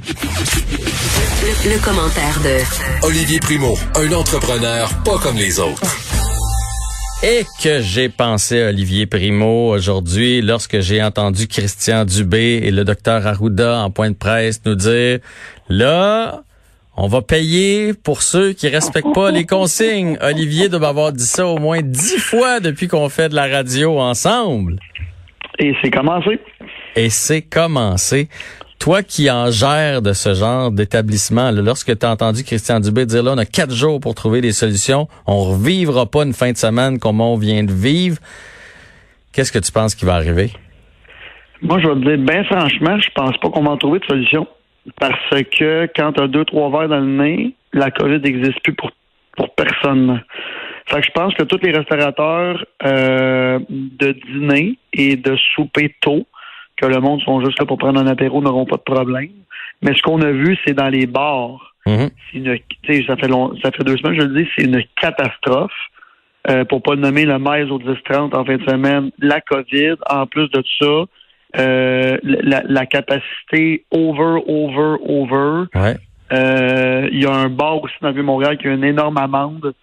Le commentaire de Olivier Primo, un entrepreneur pas comme les autres. Et que j'ai pensé à Olivier Primo aujourd'hui lorsque j'ai entendu Christian Dubé et le docteur Arruda en point de presse nous dire « Là, on va payer pour ceux qui respectent pas les consignes. » Olivier doit m'avoir dit ça au moins 10 fois depuis qu'on fait de la radio ensemble. Et c'est commencé. Et c'est commencé. Toi qui en gères de ce genre d'établissement, là, lorsque tu as entendu Christian Dubé dire là, on a 4 jours pour trouver des solutions, on revivra pas une fin de semaine comme on vient de vivre, qu'est-ce que tu penses qui va arriver? Moi, je vais te dire, bien franchement, je pense pas qu'on va en trouver de solution. Parce que quand tu as 2-3 verres dans le nez, la COVID n'existe plus pour personne. Fait que je pense que tous les restaurateurs de dîner et de souper tôt, que le monde sont juste là pour prendre un apéro, n'auront pas de problème. Mais ce qu'on a vu, c'est dans les bars. C'est ça fait 2 semaines, je le dis, c'est une catastrophe. Pour pas le nommer, le maïs au 10-30 en fin de semaine, la COVID, en plus de tout ça, la capacité over. Ouais. Il y a un bar aussi dans le Vieux-Montréal qui a une énorme amende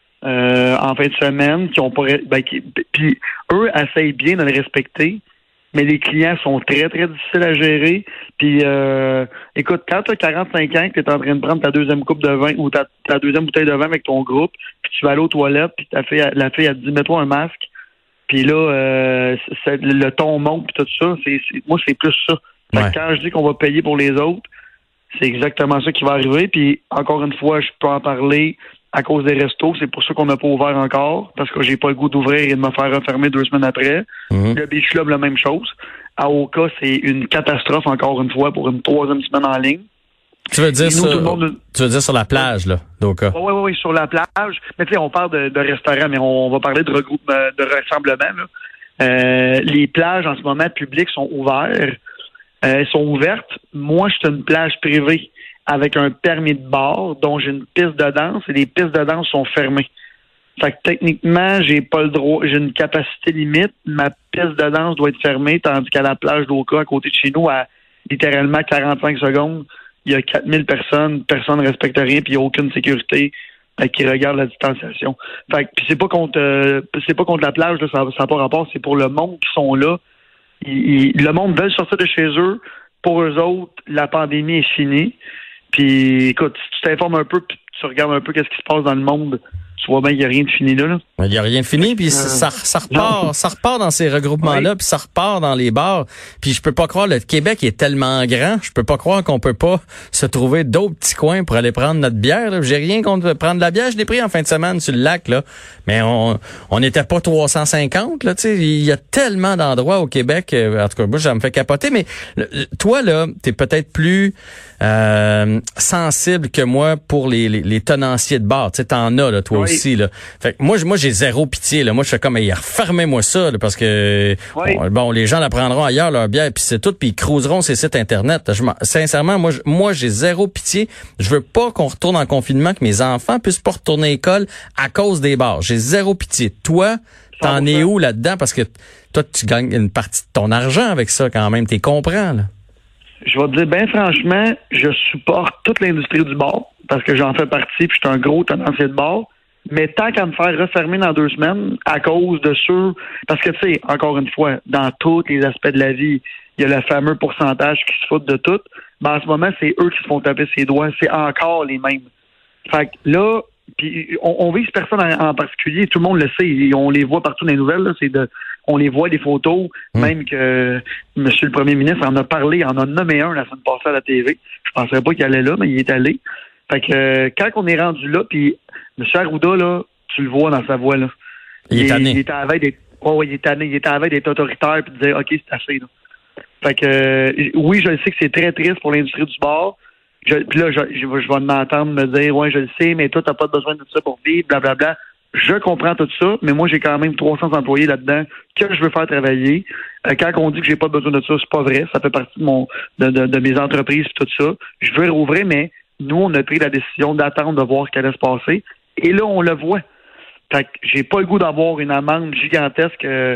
en fin de semaine, qui ont pas puis eux essayent bien de le respecter. Mais les clients sont très, très difficiles à gérer. Puis, écoute, quand tu as 45 ans, que tu es en train de prendre ta deuxième coupe de vin ou ta deuxième bouteille de vin avec ton groupe, puis tu vas aller aux toilettes, puis la fille, elle te dit, mets-toi un masque. Puis là, le ton monte, puis tout ça. Moi, c'est plus ça. Fait que quand je dis qu'on va payer pour les autres, c'est exactement ça qui va arriver. Puis, encore une fois, je peux en parler à cause des restos, c'est pour ça qu'on n'a pas ouvert encore, parce que j'ai pas le goût d'ouvrir et de me faire refermer 2 semaines après. Le Beach Club, la même chose. À Oka, c'est une catastrophe, encore une fois, pour une 3e semaine en ligne. Tu veux dire sur la plage, là, d'Oka? Oui, sur la plage. Mais tu sais, on parle de restaurants, mais on va parler de regroupement, de rassemblement, là. Les plages, en ce moment, publiques, sont ouvertes. Elles sont ouvertes. Moi, je suis une plage privée avec un permis de bar, dont j'ai une piste de danse, et les pistes de danse sont fermées. Fait que techniquement, j'ai pas le droit, j'ai une capacité limite, ma piste de danse doit être fermée, tandis qu'à la plage d'Oka, à côté de chez nous, à littéralement 45 secondes, il y a 4000 personnes, personne ne respecte rien, puis il n'y a aucune sécurité qui regarde la distanciation. Fait que c'est pas contre la plage, là, ça n'a pas rapport, c'est pour le monde qui sont là. Le monde veut sortir de chez eux. Pour eux autres, la pandémie est finie. Puis, écoute, si tu t'informes un peu, puis tu regardes un peu qu'est-ce qui se passe dans le monde, tu vois bien qu'il n'y a rien de fini là. Il n'y a rien de fini, puis ça repart dans ces regroupements-là, puis ça repart dans les bars. Puis je peux pas croire, le Québec est tellement grand, je peux pas croire qu'on peut pas se trouver d'autres petits coins pour aller prendre notre bière. Là. J'ai rien contre prendre de la bière, je l'ai pris en fin de semaine sur le lac, là. Mais on n'était pas 350, là, tu sais. Il y a tellement d'endroits au Québec, en tout cas, moi, ça me fait capoter. Mais toi, là, t'es peut-être plus sensible que moi pour les tenanciers de bar. Tu sais, t'en as, là, toi aussi, là. Fait que moi, j'ai zéro pitié, là. Moi, je fais comme, refermez-moi ça, là, parce que, bon, les gens la prendront ailleurs, leur bière, puis c'est tout, puis ils cruiseront ces sites Internet. Sincèrement, moi, j'ai zéro pitié. Je veux pas qu'on retourne en confinement, que mes enfants puissent pas retourner à l'école à cause des bars. J'ai zéro pitié. Toi, t'en es où là-dedans? Parce que toi, tu gagnes une partie de ton argent avec ça, quand même. T'es comprends, là. Je vais te dire, bien franchement, je supporte toute l'industrie du bar, parce que j'en fais partie, puis je suis un gros tenancier de bar. Mais tant qu'à me faire refermer dans 2 semaines à cause de ceux... Parce que, tu sais, encore une fois, dans tous les aspects de la vie, il y a le fameux pourcentage qui se foutent de tout. Mais en ce moment, c'est eux qui se font taper ses doigts. C'est encore les mêmes. Fait que là, puis on vise personne en particulier. Tout le monde le sait. On les voit partout dans les nouvelles. Là, on les voit, des photos. Même que M. le Premier ministre en a parlé, en a nommé un la semaine passée à la TV. Je penserais pas qu'il allait là, mais il est allé. Fait que quand on est rendu là, puis M. Arruda, là, tu le vois dans sa voix, là. Il est tanné. Il est à la veille il est tanné. Il est à la veille d'être autoritaire puis de dire OK, c'est assez, là. Fait que oui, je le sais que c'est très triste pour l'industrie du bar. Puis là, je vais m'entendre me dire ouais, je le sais, mais toi, t'as pas besoin de tout ça pour vivre, blablabla. Je comprends tout ça, mais moi, j'ai quand même 300 employés là-dedans que je veux faire travailler. Quand on dit que j'ai pas besoin de ça, c'est pas vrai. Ça fait partie de mes entreprises et tout ça. Je veux rouvrir, mais nous, on a pris la décision d'attendre de voir ce qui allait se passer. Et là, on le voit. Fait que j'ai pas le goût d'avoir une amende gigantesque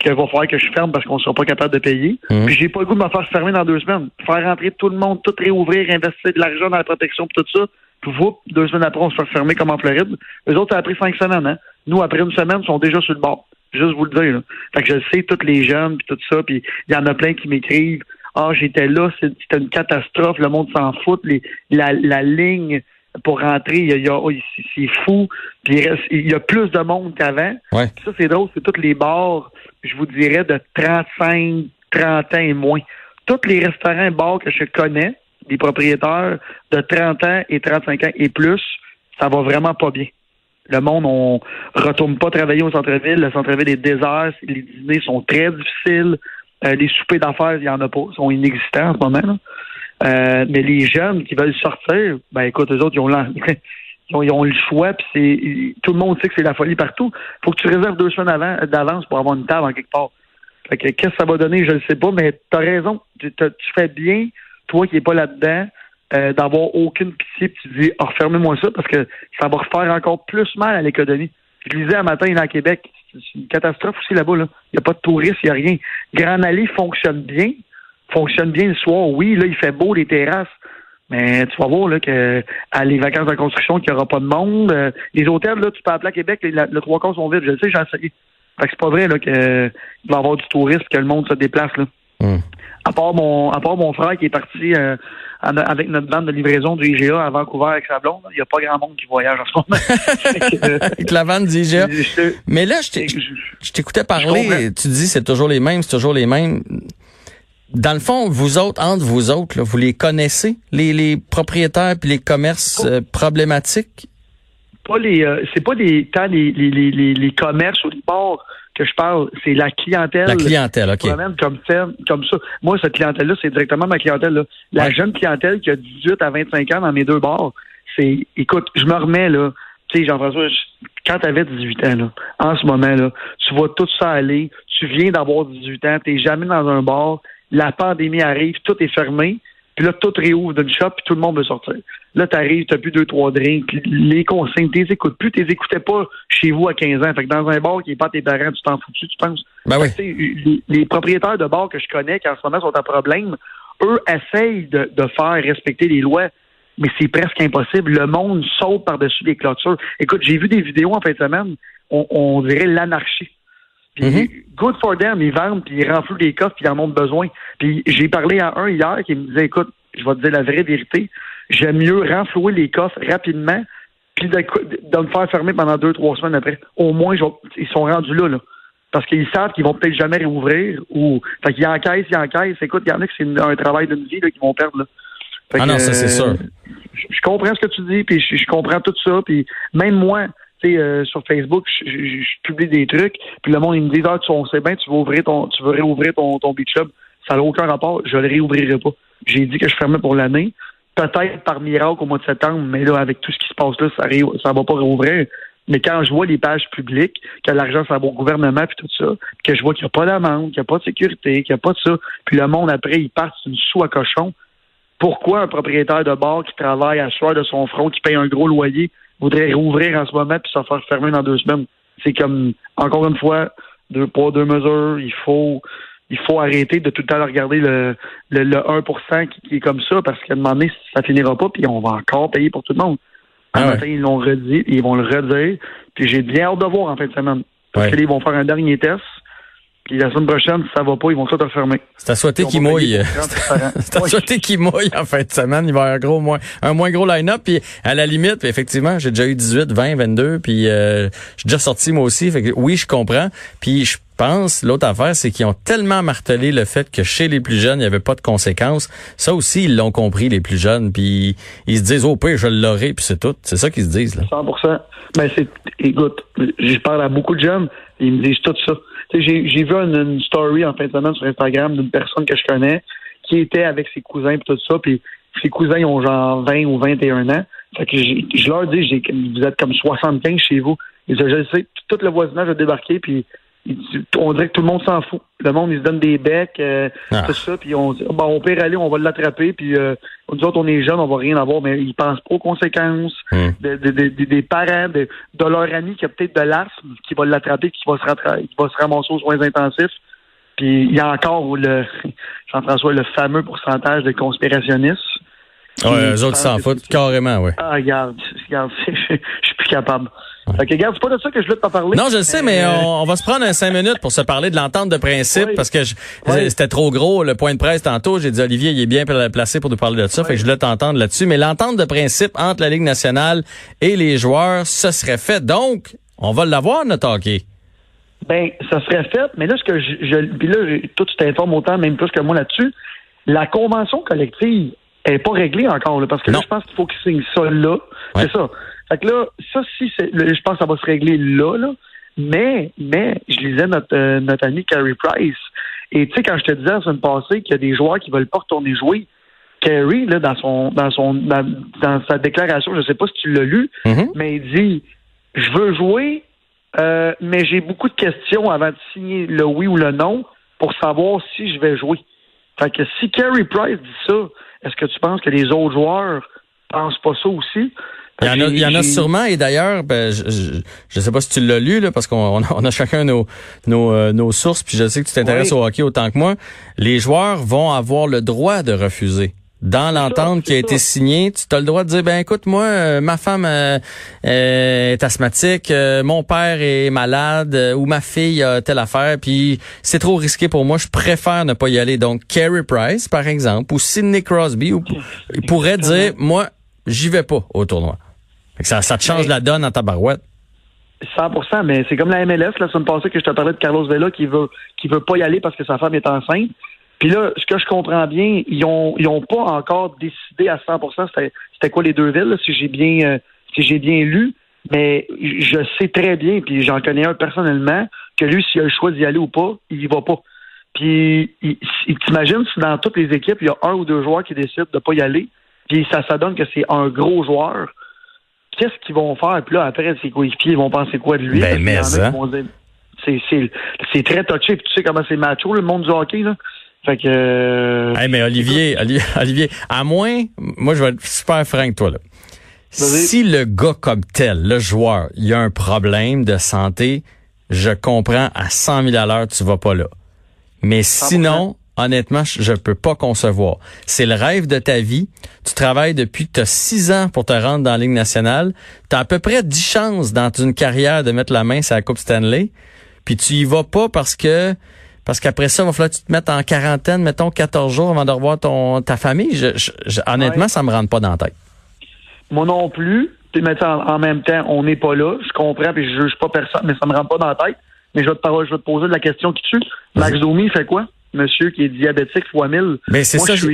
qu'il va falloir que je ferme parce qu'on sera pas capable de payer. Puis j'ai pas le goût de me faire fermer dans 2 semaines. Faire rentrer tout le monde, tout réouvrir, investir de l'argent dans la protection puis tout ça. Puis 2 semaines après, on se fait fermer comme en Floride. Eux autres, ça a pris 5 semaines, hein. Nous, après 1 semaine, ils sont déjà sur le bord. Juste vous le dire, là. Fait que je sais, tous les jeunes puis tout ça, puis il y en a plein qui m'écrivent. J'étais là, c'était une catastrophe, le monde s'en fout, la ligne pour rentrer, c'est fou. Puis il y a plus de monde qu'avant. Ouais. Puis ça, c'est drôle, c'est tous les bars, je vous dirais, de 35, 30 ans et moins. Tous les restaurants et bars que je connais, des propriétaires de 30 ans et 35 ans et plus, ça va vraiment pas bien. Le monde, on retourne pas travailler au centre-ville. Le centre-ville est désert. Les dîners sont très difficiles. Les soupers d'affaires, il y en a pas. Ils sont inexistants en ce moment, là. Mais les jeunes qui veulent sortir, ben écoute, eux autres, ils ont le choix, puis tout le monde sait que c'est la folie partout. Faut que tu réserves 2 semaines d'avance pour avoir une table en quelque part. Fait que qu'est-ce que ça va donner, je ne sais pas, mais t'as raison. Tu fais bien, toi qui n'es pas là-dedans, d'avoir aucune pitié, puis tu dis refermez-moi ça, parce que ça va refaire encore plus mal à l'économie. Je lisais un matin, il est à Québec. C'est une catastrophe aussi là-bas, là. Il n'y a pas de touristes, il n'y a rien. Grand Allée fonctionne bien le soir. Oui, là, il fait beau, les terrasses. Mais tu vas voir là que à les vacances de construction, qu'il n'y aura pas de monde. Les hôtels, là, tu peux appeler à Québec, le 3 quarts sont vides. Je le sais, j'ai essayé. Fait que c'est pas vrai là qu'il va y avoir du tourisme, que le monde se déplace là. À part mon frère qui est parti avec notre bande de livraison du IGA à Vancouver avec sa blonde, il n'y a pas grand monde qui voyage en ce moment. Avec la vanne du IGA. Mais là, je t'écoutais parler, tu dis c'est toujours les mêmes. Dans le fond, entre vous autres, là, vous les connaissez, les propriétaires puis les commerces problématiques? C'est pas les commerces ou les bars que je parle, c'est la clientèle. La clientèle, OK. Comme ça. Moi, cette clientèle-là, c'est directement ma clientèle, là. La jeune clientèle qui a 18 à 25 ans dans mes 2 bars, écoute, je me remets, là, tu sais, Jean-François, quand t'avais 18 ans, là, en ce moment, là, tu vois tout ça aller, tu viens d'avoir 18 ans, t'es jamais dans un bar, la pandémie arrive, tout est fermé, puis là, tout réouvre d'une shop, puis tout le monde veut sortir. Là, t'arrives, t'as plus 2-3 drinks, les consignes, t'es écoutes plus, t'es écoutais pas chez vous à 15 ans. Fait que dans un bar qui est pas tes parents, tu t'en fous-tu, tu penses? Ben oui. Les propriétaires de bars que je connais, qui en ce moment sont à problème, eux essayent de faire respecter les lois, mais c'est presque impossible. Le monde saute par-dessus les clôtures. Écoute, j'ai vu des vidéos en fin de semaine, on dirait l'anarchie. Puis, good for them, ils vendent, puis ils renflouent les coffres, puis ils en ont besoin. Puis, j'ai parlé à un hier qui me disait, écoute, je vais te dire la vraie vérité, j'aime mieux renflouer les coffres rapidement, puis de me faire fermer pendant 2-3 semaines après. Au moins, ils sont rendus là. Parce qu'ils savent qu'ils vont peut-être jamais réouvrir, fait qu'ils encaissent. Écoute, il y en a que c'est un travail d'une vie, là, qu'ils vont perdre, là. Non, ça, c'est sûr. Je comprends ce que tu dis, puis je comprends tout ça, puis même moi, sur Facebook, je publie des trucs, puis le monde, il me dit, on sait bien, tu veux réouvrir ton beach club. Ça n'a aucun rapport, je le réouvrirai pas. J'ai dit que je fermais pour l'année. Peut-être par miracle au mois de septembre, mais là, avec tout ce qui se passe là, ça va pas réouvrir. Mais quand je vois les pages publiques, que l'argent ça va au gouvernement puis tout ça, que je vois qu'il n'y a pas d'amende, qu'il n'y a pas de sécurité, qu'il n'y a pas de ça, puis le monde après, il part sur une soie à cochon. Pourquoi un propriétaire de bar qui travaille à soir de son front, qui paye un gros loyer, voudrait rouvrir en ce moment puis se faire fermer dans 2 semaines? C'est comme, encore une fois, 2 poids, 2 mesures, il faut arrêter de tout le temps regarder le 1% qui est comme ça, parce qu'à un moment donné, ça finira pas, puis on va encore payer pour tout le monde. Un matin, ils l'ont redit, ils vont le redire, puis j'ai bien hâte de voir en fin de semaine. Parce que là, ils vont faire un dernier test, puis la semaine prochaine, si ça va pas, ils vont tout refermer. C'est à souhaiter qu'ils mouillent. C'est à souhaiter qu'ils mouillent en fin de semaine. Il va y avoir un moins gros line-up, puis à la limite, puis effectivement, j'ai déjà eu 18, 20, 22, puis j'ai déjà sorti moi aussi. Fait que oui, je comprends. Puis je pense, l'autre affaire, c'est qu'ils ont tellement martelé le fait que chez les plus jeunes, il n'y avait pas de conséquences. Ça aussi, ils l'ont compris, les plus jeunes, puis ils se disent, oh pire, je l'aurai, puis c'est tout. C'est ça qu'ils se disent, là. 100%. Ben, écoute, je parle à beaucoup de jeunes, et ils me disent tout ça. J'ai vu une story en fin de semaine sur Instagram d'une personne que je connais qui était avec ses cousins et tout ça, puis ses cousins ils ont genre 20 ou 21 ans. Fait que je leur dis, vous êtes comme 75 chez vous. Et je sais, tout le voisinage a débarqué, puis on dirait que tout le monde s'en fout. Le monde, ils se donne des becs, tout ça, puis on dit, bon, on peut y aller, on va l'attraper, puis nous autres, on est jeunes, on va rien avoir, mais ils pensent pas aux conséquences des parents, de leur ami qui a peut-être de l'asthme, qui va l'attraper, qui va se ramasser aux soins intensifs. Puis il y a encore Jean-François, le fameux pourcentage de conspirationnistes. Ouais, eux autres s'en foutent carrément, ouais. Ah, regarde, je suis plus capable. Fait que, regarde, c'est pas de ça que je voulais te parler. Non, je le sais, mais on va se prendre 5 minutes pour se parler de l'entente de principe, parce que c'était trop gros, le point de presse tantôt. J'ai dit, Olivier, il est bien placé pour nous parler de ça, fait que je voulais t'entendre là-dessus. Mais l'entente de principe entre la Ligue nationale et les joueurs, ce serait fait. Donc, on va l'avoir, notre hockey. Ben, ça serait fait, mais là, puis là, toi, tu t'informes autant, même plus que moi là-dessus. La convention collective est pas réglée encore, là, parce que là, je pense qu'il faut qu'ils signent ça là. Ouais. C'est ça. Fait que là, ça, je pense que ça va se régler là. Mais, je lisais notre ami Carey Price. Et tu sais, quand je te disais la semaine passée qu'il y a des joueurs qui veulent pas retourner jouer, Carey, là, dans sa déclaration, je sais pas si tu l'as lu, mais il dit, je veux jouer, mais j'ai beaucoup de questions avant de signer le oui ou le non pour savoir si je vais jouer. Fait que si Carey Price dit ça, est-ce que tu penses que les autres joueurs pensent pas ça aussi? Il y en a sûrement, et d'ailleurs, je sais pas si tu l'as lu, là, parce qu'on a chacun nos sources, puis je sais que tu t'intéresses au hockey autant que moi. Les joueurs vont avoir le droit de refuser. Dans l'entente qui a été signée, tu as le droit de dire, ben écoute, moi, ma femme est asthmatique, mon père est malade, ou ma fille a telle affaire, puis c'est trop risqué pour moi, je préfère ne pas y aller. Donc, Carey Price, par exemple, ou Sidney Crosby, il pourrait dire, moi, j'y vais pas au tournoi. Fait que ça te change la donne en tabarouette. 100%, mais c'est comme la MLS, la semaine passée que je te parlais de Carlos Vela qui veut pas y aller parce que sa femme est enceinte. Puis là, ce que je comprends bien, ils ont pas encore décidé à 100% c'était quoi les deux villes, là, si j'ai bien lu, mais je sais très bien, puis j'en connais un personnellement, que lui, s'il a le choix d'y aller ou pas, il y va pas. Puis t'imagines si dans toutes les équipes, il y a 1 ou 2 joueurs qui décident de pas y aller, puis ça donne que c'est un gros joueur. Qu'est-ce qu'ils vont faire? Puis là, après, ses coéquipiers, ils vont penser quoi de lui? Ben, mais c'est très touché, puis tu sais comment c'est macho, le monde du hockey, là. Fait que... Hey, mais Olivier, à moins, moi, je vais être super franc avec toi, là. Si le gars comme tel, le joueur, il a un problème de santé, je comprends à 100 000 à l'heure, tu vas pas là. Mais sinon, honnêtement, je peux pas concevoir. C'est le rêve de ta vie. Tu travailles depuis que tu as 6 ans pour te rendre dans la Ligue nationale. Tu as à peu près 10 chances dans une carrière de mettre la main sur la Coupe Stanley. Puis tu y vas pas parce qu'après ça, il va falloir que tu te mettes en quarantaine, mettons 14 jours avant de revoir ta famille. Honnêtement, ça me rentre pas dans la tête. Moi non plus. Mais en même temps, on n'est pas là. Je comprends puis je juge pas personne, mais ça me rentre pas dans la tête. Mais je vais te poser de la question qui tue. Max Domi fait quoi? Monsieur qui est diabétique fois 1000. Mais c'est ça.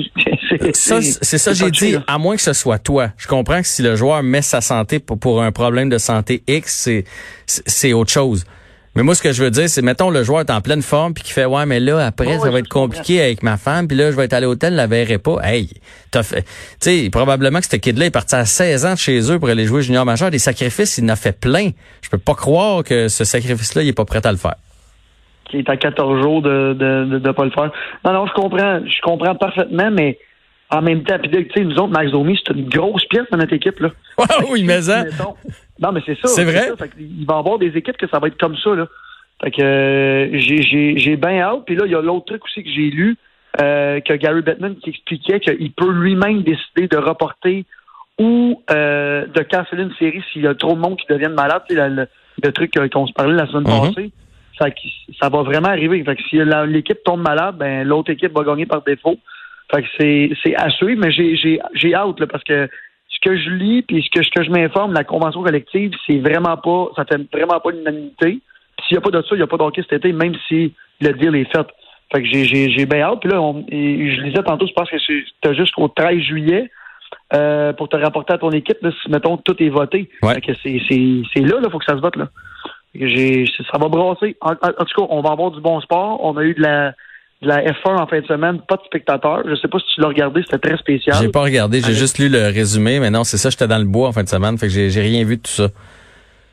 C'est ça, j'ai dit. À moins que ce soit toi. Je comprends que si le joueur met sa santé pour un problème de santé X, c'est autre chose. Mais moi, ce que je veux dire, c'est, mettons, le joueur est en pleine forme puis qui fait, ouais, mais là, après, ça va être compliqué avec ma femme puis là, je vais être allé à l'hôtel, je la verrai pas. Hey, tu sais, probablement que ce kid-là est parti à 16 ans de chez eux pour aller jouer junior majeur. Des sacrifices, il en a fait plein. Je peux pas croire que ce sacrifice-là, il est pas prêt à le faire. Qui est à 14 jours de pas le faire. Non, je comprends parfaitement, mais en même temps, puis tu sais, nous autres, Max Domi, c'est une grosse pièce de notre équipe, là. Oui, mais ça. Non, mais c'est ça. C'est vrai. Ça. Fait il va y avoir des équipes que ça va être comme ça, là. Fait que j'ai bien hâte. Puis là, il y a l'autre truc aussi que j'ai lu, que Gary Bettman qui expliquait qu'il peut lui-même décider de reporter ou de canceller une série s'il y a trop de monde qui deviennent malades. Tu sais, le truc qu'on se parlait la semaine passée. Ça va vraiment arriver. Fait que si l'équipe tombe malade, ben l'autre équipe va gagner par défaut. Fait que c'est à suivre, mais j'ai hâte là, parce que ce que je lis puis ce que je m'informe, la convention collective, ça fait vraiment pas l'unanimité. Puis s'il n'y a pas de ça, il n'y a pas de hockey cet été, même si le deal est fait. Fait que j'ai bien hâte. Puis là, je lisais tantôt, je pense que c'était jusqu'au 13 juillet pour te rapporter à ton équipe, là, si mettons tout est voté. Ouais. Fait que c'est là, faut que ça se vote là. Ça va brasser. En tout cas, on va avoir du bon sport. On a eu de la F1 en fin de semaine, pas de spectateurs. Je sais pas si tu l'as regardé, c'était très spécial. J'ai pas regardé, j'ai juste lu le résumé, mais non, c'est ça, j'étais dans le bois en fin de semaine, fait que j'ai rien vu de tout ça.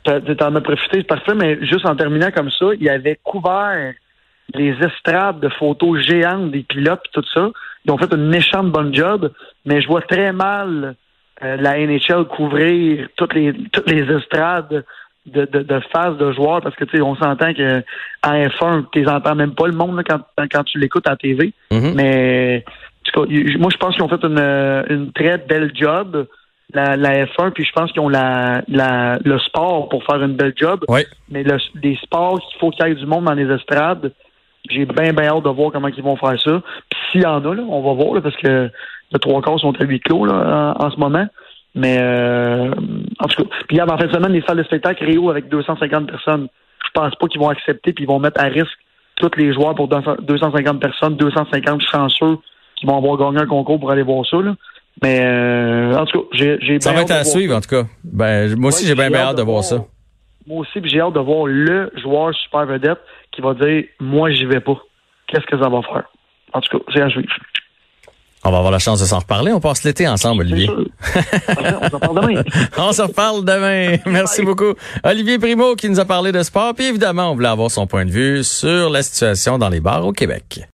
T'en as profité, c'est parfait, mais juste en terminant comme ça, il avait couvert les estrades de photos géantes des pilotes et tout ça. Ils ont fait une méchante bonne job, mais je vois très mal la NHL couvrir toutes les estrades de phases de joueurs, parce que tu sais, on s'entend que en F1, tu entends même pas le monde là, quand tu l'écoutes à TV. Mm-hmm. Mais en tout cas, moi je pense qu'ils ont fait une très belle job. La F1, puis je pense qu'ils ont le sport pour faire une belle job. Oui. Mais les sports, il faut qu'il y ait du monde dans les estrades. J'ai bien hâte de voir comment ils vont faire ça. Puis s'il y en a, là, on va voir, là, parce que les 3/4 sont à huis clos là, en ce moment. Mais en tout cas, puis en fin de semaine, les salles de spectacle Rio avec 250 personnes. Je pense pas qu'ils vont accepter puis ils vont mettre à risque tous les joueurs pour 250 personnes, 250 chanceux qui vont avoir gagné un concours pour aller voir ça, là. Mais en tout cas, j'ai ça va être à suivre, en tout cas. Ben, moi aussi, j'ai bien hâte de voir ça. Moi aussi, puis j'ai hâte de voir le joueur super vedette qui va dire « Moi, j'y vais pas. Qu'est-ce que ça va faire? » En tout cas, c'est à suivre. On va avoir la chance de s'en reparler. On passe l'été ensemble, Olivier. On s'en parle demain. On s'en reparle demain. Merci beaucoup. Olivier Primo qui nous a parlé de sport. Puis évidemment, on voulait avoir son point de vue sur la situation dans les bars au Québec.